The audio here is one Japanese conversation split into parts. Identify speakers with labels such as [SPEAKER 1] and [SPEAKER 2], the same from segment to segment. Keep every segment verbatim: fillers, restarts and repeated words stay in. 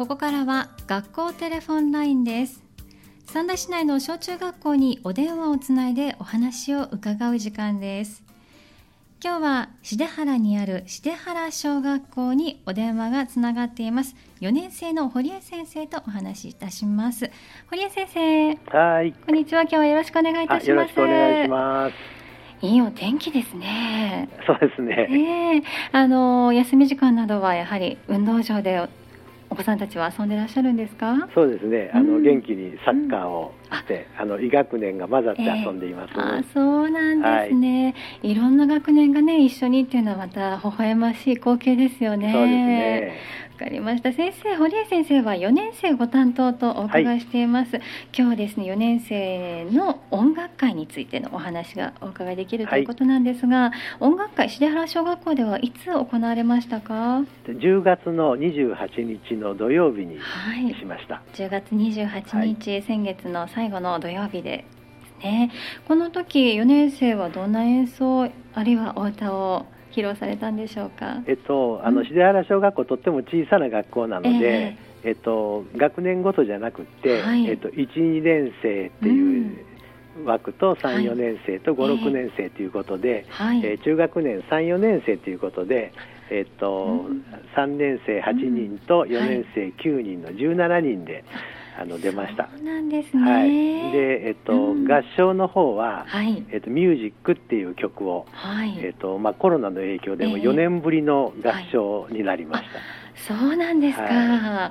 [SPEAKER 1] ここからは学校テレフォンラインです。三田市内の小中学校にお電話をつないでお話を伺う時間です。今日は重原にある重原小学校にお電話がつながっています。よねん生の堀江先生とお話しいたします。堀江先生、
[SPEAKER 2] はい、
[SPEAKER 1] こんにちは。今日はよろしくお願いいたします。
[SPEAKER 2] よろしくお願いします。
[SPEAKER 1] いいお天気ですね。
[SPEAKER 2] そうですね、
[SPEAKER 1] えー、あの休み時間などはやはり運動場でお子さんたちは遊んでらっしゃるんですか？
[SPEAKER 2] そうですね、あの、
[SPEAKER 1] うん、
[SPEAKER 2] 元気にサッカーをして、うん、あの医学年が混ざって遊んでいます、
[SPEAKER 1] えー、あそうなんですね、はい、いろんな学年がね一緒にっていうのはまた微笑ましい光景ですよね。
[SPEAKER 2] そうですね、
[SPEAKER 1] わかりました。先生、堀江先生はよねん生ご担当とお伺いしています、はい、今日はですねよねん生の音楽会についてのお話がお伺いできるということなんですが、はい、音楽会、重原小学校ではいつ行われましたか？
[SPEAKER 2] じゅうがつのにじゅうはちにちの土曜日にしました、はい、
[SPEAKER 1] じゅうがつにじゅうはちにち、はい、先月の最後の土曜日でね、この時よねん生はどんな演奏あるいはお歌を披露されたんでしょうか？
[SPEAKER 2] えっと、あの重原小学校とっても小さな学校なので、えーえっと、学年ごとじゃなくて、はい、えっと、いち、にねん生っていう枠とさん、よねん生とご、ろくねん生ということで、はい、えー、中学年さん、よねん生ということで、えっと、さんねん生はちにんとよねん生きゅうにんのじゅうななにんであの出ました。
[SPEAKER 1] そうなんですね、
[SPEAKER 2] はい、で、えっとうん、合唱の方は、はい、えっと、ミュージックっていう曲を、はい、えっとまあ、コロナの影響でもよねんぶりの合唱になりました、
[SPEAKER 1] えーはい、そうなんですか、はい、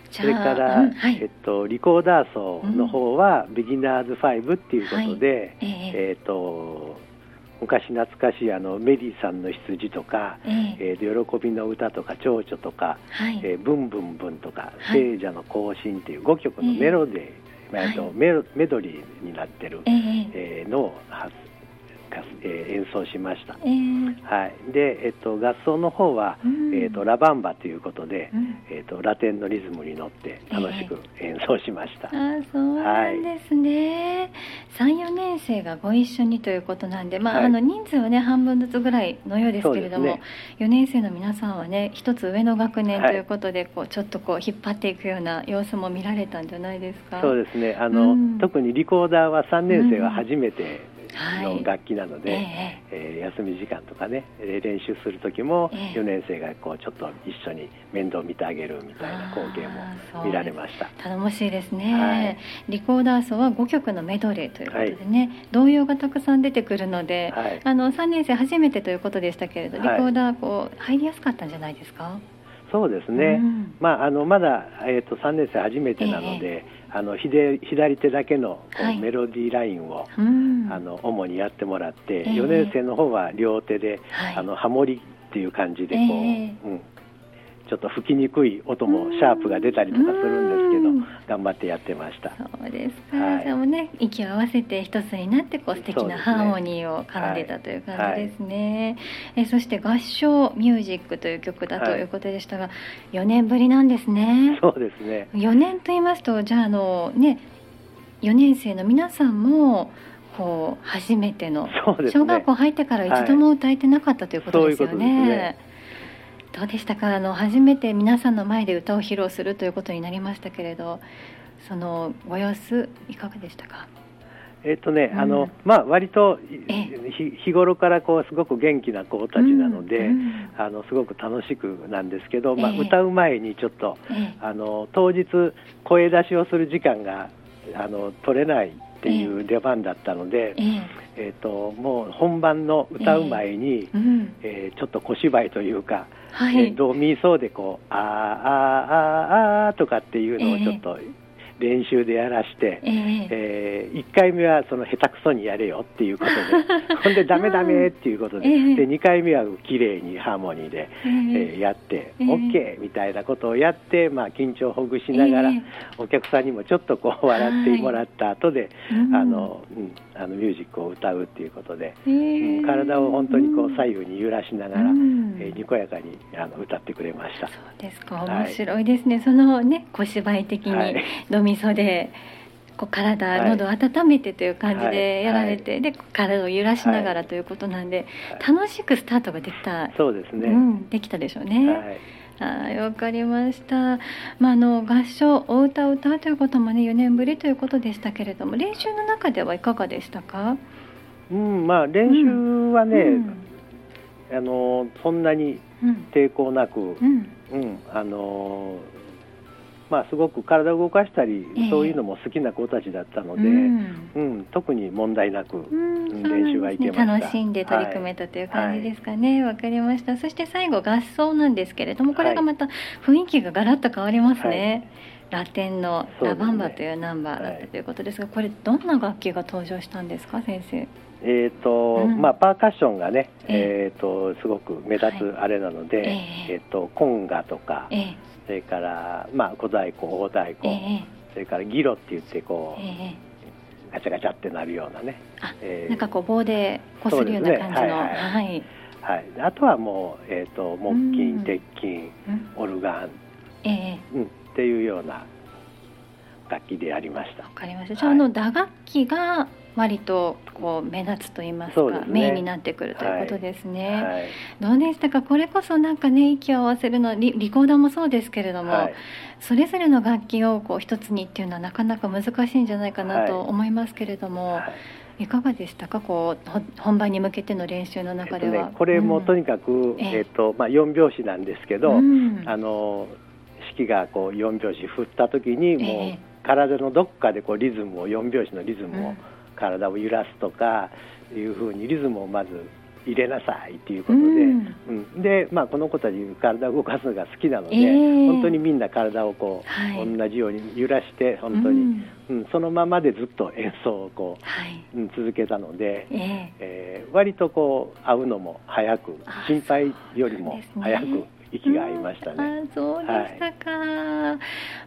[SPEAKER 2] それから、うんはい、えっと、リコーダー奏の方は、うん、ビギナーズファイブっていうことで、はい、えーえー、と昔懐かしいあのメリーさんの羊とか、えーえー、喜びの歌とか蝶々とか、はい、えー、ブンブンブンとか、はい、聖者の行進っていうごきょくのメロディー、えーはい、メロメドリーになってる、えーえー、のをえー、演奏しました、えーはい、で、えっと、合奏の方は、うん、えー、とラバンバということで、うん、えー、とラテンのリズムに乗って楽しく演奏しました、え
[SPEAKER 1] ー、あそうなんですね、はい、さん、よねん生がご一緒にということなんで、まあはい、あの人数はね半分ずつぐらいのようですけれども、ね、よねん生の皆さんはね一つ上の学年ということで、はい、こうちょっとこう引っ張っていくような様子も見られたんじゃないですか？
[SPEAKER 2] そうですね、あの、うん、特にリコーダーはさんねん生は初めて、うんの楽器なので、はい、えーえー、休み時間とかね練習する時もよねん生がこうちょっと一緒に面倒見てあげるみたいな光景も見られました。
[SPEAKER 1] 頼もしいですね、はい、リコーダー奏はごきょくのメドレーということでね、はい、童謡がたくさん出てくるので、はい、あのさんねん生初めてということでしたけれど、リコーダーこう入りやすかったんじゃないですか？
[SPEAKER 2] そうですね、うん、まあ、あのまだ、えー、とさんねん生初めてなので、えー、あの 左, 左手だけのこう、はい、メロディーラインを、うん、あの主にやってもらって、えー、よねん生の方は両手で、はい、あのハモリっていう感じでこう、えーうん、ちょっと吹きにくい音もシャープが出たりとかするんですけど、頑張ってやってました。
[SPEAKER 1] そうですか、はい、じゃあもうね息を合わせて一つになってこう素敵なハーモニーを奏でたという感じですね、はいはい、えそして合唱ミュージックという曲だということでしたが、はい、よねんぶりなんですね。
[SPEAKER 2] そうですね、
[SPEAKER 1] よねんと言いますとじゃあ、あのねよねん生の皆さんもこう初めての、そうですね、小学校入ってから一度も歌えてなかったということですよね、はい、そういうことですね。どうでしたか？あの初めて皆さんの前で歌を披露するということになりましたけれど、そのご様子いかがでしたか？
[SPEAKER 2] えっとね、うん、あのまあ、割と日頃からこうすごく元気な子たちなので、うんうん、あのすごく楽しくなんですけど、まあ、歌う前にちょっと、ええ、あの当日声出しをする時間があの取れないっていう出番だったので、えええー、ともう本番の歌う前に、えーえー、ちょっと小芝居というか、はい、えー、ドミソでこうあーあーあーあーとかっていうのをちょっと練習でやらして、えーえー、いっかいめはその下手くそにやれよっていうことでほんでダメダメっていうことで、えー、でにかいめは綺麗にハーモニーで、えーえー、やって、えー、OK みたいなことをやって、まあ、緊張をほぐしながら、えー、お客さんにもちょっとこう笑ってもらった後で、はい、あのうん、あのミュージックを歌うっていうことで、えーうん、体を本当にこう左右に揺らしながら、うん、えー、にこやかにあの歌ってくれました。
[SPEAKER 1] そうですか、面白いですね、はい、そのね小芝居的に、はい、ドミソでこう体、はい、喉を温めてという感じでやられて、はい、で体を揺らしながらということなんで、はい、楽しくスタートができた、
[SPEAKER 2] そうですね、
[SPEAKER 1] うん、できたでしょうね、
[SPEAKER 2] はい、
[SPEAKER 1] はい、わかりました。まあ、あの合唱、お歌を歌うということもね、よねんぶりということでしたけれども、練習の中ではいかがでしたか？
[SPEAKER 2] うん、まあ練習はね、うんあのそんなに抵抗なく、うんうん、あのまあ、すごく体を動かしたり、えー、そういうのも好きな子たちだったので、うんうん、特に問題なく、うん、練習はいけました。
[SPEAKER 1] 楽しんで取り組めたという感じですかね。わ、はい、かりました。そして最後合奏なんですけれども、これがまた雰囲気がガラッと変わりますね。はい、ラテンのラバンバというナンバーだったということですが、これどんな楽器が登場したんですか、先生？
[SPEAKER 2] えーとうんまあ、パーカッションがね、えー、とすごく目立つあれなので、はいえーえー、とコンガとか、えー、それから、まあ、小太鼓、大太鼓、えー、それからギロって言ってこう、えー、ガチャガチャってなるようなね、
[SPEAKER 1] あ、えー、なんかこう棒でこするような感じの、ねはいはいはい
[SPEAKER 2] はい、あとはもう、えー、と木琴、鉄琴、オルガン、えーうん、っていうような楽器でやりました。
[SPEAKER 1] わかりました。じゃあ、はい、あの打楽器が割とこう目立つと言いますか、ね、メインになってくるということですね。はいはい、どうでしたか？これこそなんかね、息を合わせるの リ, リコーダーもそうですけれども、はい、それぞれの楽器をこう一つにっていうのはなかなか難しいんじゃないかなと思いますけれども、はい、いかがでしたか？こう本番に向けての練習の中では。えっとね、
[SPEAKER 2] これもとにかく、うんえっとまあ、よん拍子なんですけど、うん、あの指揮がこうよん拍子振った時にもう、えー、体のどっかでこうリズムをよん拍子のリズムを、うん体を揺らすとかいうふうにリズムをまず入れなさいということで、うんうん、で、まあ、この子たち体を動かすのが好きなので、えー、本当にみんな体をこう、はい、同じように揺らして本当に、うんうん、そのままでずっと演奏をこう、はいうん、続けたので、えーえー、割とこう合うのも早く心配よりも早く息が合いましたね。
[SPEAKER 1] うん、あ、そうでしたか。はい、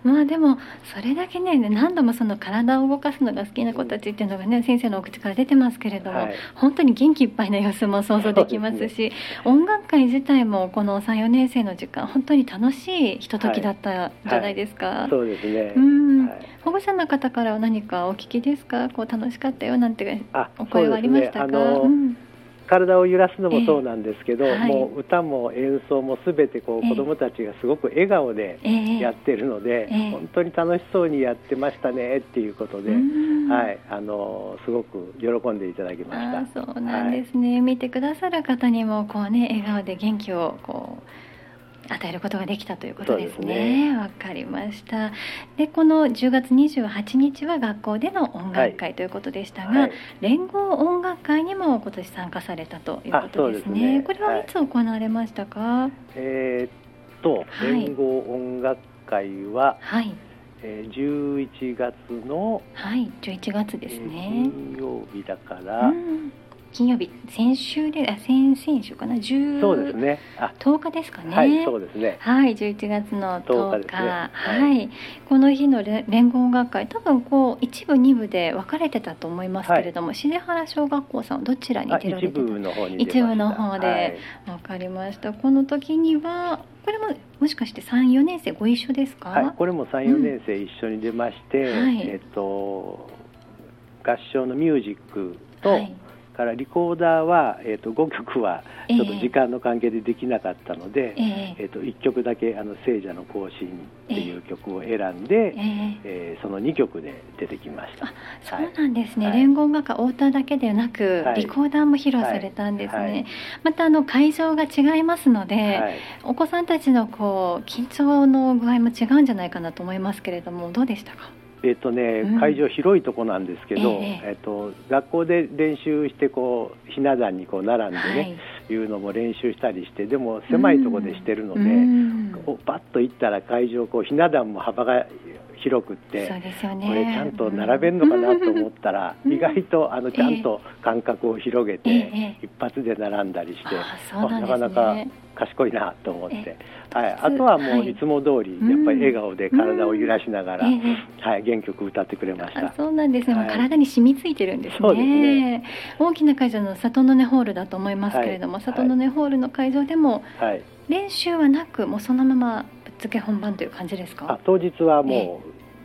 [SPEAKER 1] まあでもそれだけね、何度もその体を動かすのが好きな子たちっていうのがね、先生のお口から出てますけれども、はい、本当に元気いっぱいな様子も想像できますし、ね、音楽会自体もこのさん、よねん生の時間本当に楽しいひとときだったんじゃないですか。はいはい、
[SPEAKER 2] そうですね。
[SPEAKER 1] うん、はい、保護者の方からは何かお聞きですか？こう楽しかったよなんてお声はありましたか？
[SPEAKER 2] 体を揺らすのもそうなんですけど、えーはい、もう歌も演奏もすべてこう子どもたちがすごく笑顔でやってるので、えーえー、本当に楽しそうにやってましたねっていうことで、はい、あのすごく喜んでいただきました。
[SPEAKER 1] あ、そうなんですね。はい、見てくださる方にもこう、ね、笑顔で元気をこう与えることができたということですね。わかりました。で、このじゅうがつにじゅうはちにちは学校での音楽会ということでしたが、はいはい、連合音楽会にも今年参加されたということですね。ですね、これはいつ行われましたか？はい、
[SPEAKER 2] えー、っと連合音楽会は、はい、えー、じゅういちがつの、
[SPEAKER 1] はい、じゅういちがつですね、
[SPEAKER 2] 金曜日だから、うん
[SPEAKER 1] 金曜日、先週で、あ、先々週かな、じゅう
[SPEAKER 2] そうですね、あ、
[SPEAKER 1] とおかですかね。
[SPEAKER 2] はい、そうですね。
[SPEAKER 1] はい、じゅういちがつのとおか、とおかですね。
[SPEAKER 2] は
[SPEAKER 1] はい、この日の連合音楽会、多分こう一部二部で分かれてたと思いますけれども、はい、重原小学校さんはどちらに出られてた？
[SPEAKER 2] 一部の方に出ました。
[SPEAKER 1] 一部の方で、はい、分かりました。この時にはこれももしかしてさん、よねん生ご一緒ですか？
[SPEAKER 2] はい、これもさん、よねん生一緒に出まして、うん、えっと合唱のミュージックと、はい、からリコーダーは、えー、とごきょくはちょっと時間の関係でできなかったので、えーえー、といっきょくだけあの聖者の行進っていう曲を選んで、えーえー、そのにきょくで出てきました。
[SPEAKER 1] あ、そうなんですね。はい、連合音楽会お歌だけでなく、はい、リコーダーも披露されたんですね。はいはい、またあの会場が違いますので、はい、お子さんたちのこう緊張の具合も違うんじゃないかなと思いますけれども、どうでしたか？
[SPEAKER 2] えーとね、うん、会場広いとこなんですけど、えーえー、と学校で練習してこうひな壇にこう並んでね、はい、いうのも練習したりして、でも狭いところでしてるので、うん、こうパッと行ったら会場こうひな壇も幅が広くって、
[SPEAKER 1] そうですよね、
[SPEAKER 2] これちゃんと並べるのかなと思ったら、うん、意外とあのちゃんと間隔を広げて、えー、一発で並んだりして、えー、な, なかなか賢いなと思って、はい、あとはもういつも通りやっぱり笑顔で体を揺らしながら、うんはい、原曲歌ってくれました。
[SPEAKER 1] あ、そうなんですね、はい、体に染みついてるんですね。
[SPEAKER 2] そうですね。
[SPEAKER 1] 大きな会場の里の根ホールだと思いますけれども、はい、里の根ホールの会場でも練習はなく、もうそのままぶっつけ本番という感じですか？
[SPEAKER 2] あ、当日はもう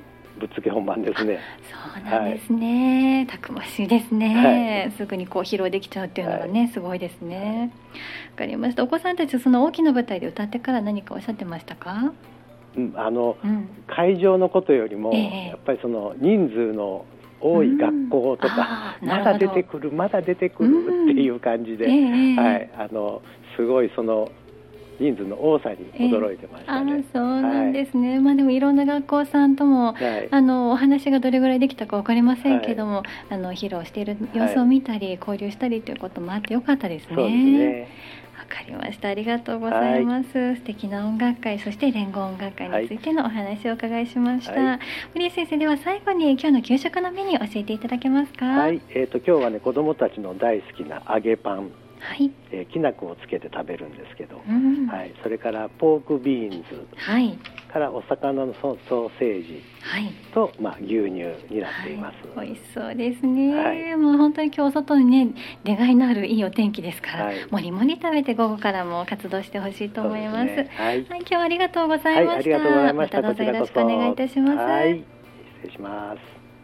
[SPEAKER 2] ぶっつけ本番ですね。
[SPEAKER 1] そうなんですね、はい、たくましいですね、はい、すぐにこう披露できちゃうっていうのがね、はい、すごいですね。わかりました。お子さんたちその大きな舞台で歌ってから何かおっしゃってましたか？
[SPEAKER 2] うん、あの、うん、会場のことよりも、えー、やっぱりその人数の多い学校とか、うん、まだ出てくるまだ出てくるっていう感じで、うんえーはい、あのすごいその人数の多さに驚いてましたね。
[SPEAKER 1] えー、あそうなんですね、はい、まあ、でもいろんな学校さんとも、はい、あのお話がどれぐらいできたか分かりませんけども、はい、あの披露している様子を見たり、はい、交流したりということもあってよかったですね。
[SPEAKER 2] そうですね。
[SPEAKER 1] わかりました。ありがとうございます、はい、素敵な音楽会、そして連合音楽会についてのお話をお伺いしました、はい、堀江先生、では最後に今日の給食のメニュー教えていただけますか？
[SPEAKER 2] はい、えーと、今日はね、子どもたちの大好きな揚げパン、
[SPEAKER 1] はい、
[SPEAKER 2] えー、きな粉をつけて食べるんですけど、うん、はい、それからポークビーンズ、はい、からお魚のソーセージと、はい、まあ、牛乳になっています、
[SPEAKER 1] はい、美味しそうですね、はい、もう本当に今日外にね出がいのあるいいお天気ですから、はい、もりもり食べて午後からも活動してほしいと思います。そうですね、はいはい、今日はありがとうございました、はい、ありがとうございました。またどうぞよろしくお願いいたします。
[SPEAKER 2] はい、失礼します。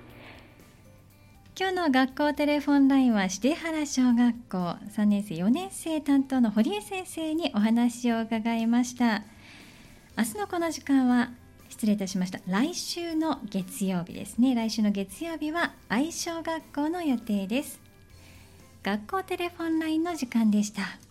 [SPEAKER 1] 今日の学校テレフォンラインは重原小学校さんねん生よねん生担当の堀江先生にお話を伺いました。明日のこの時間は失礼いたしました。来週の月曜日ですね。来週の月曜日は愛小学校の予定です。学校テレフォンラインの時間でした。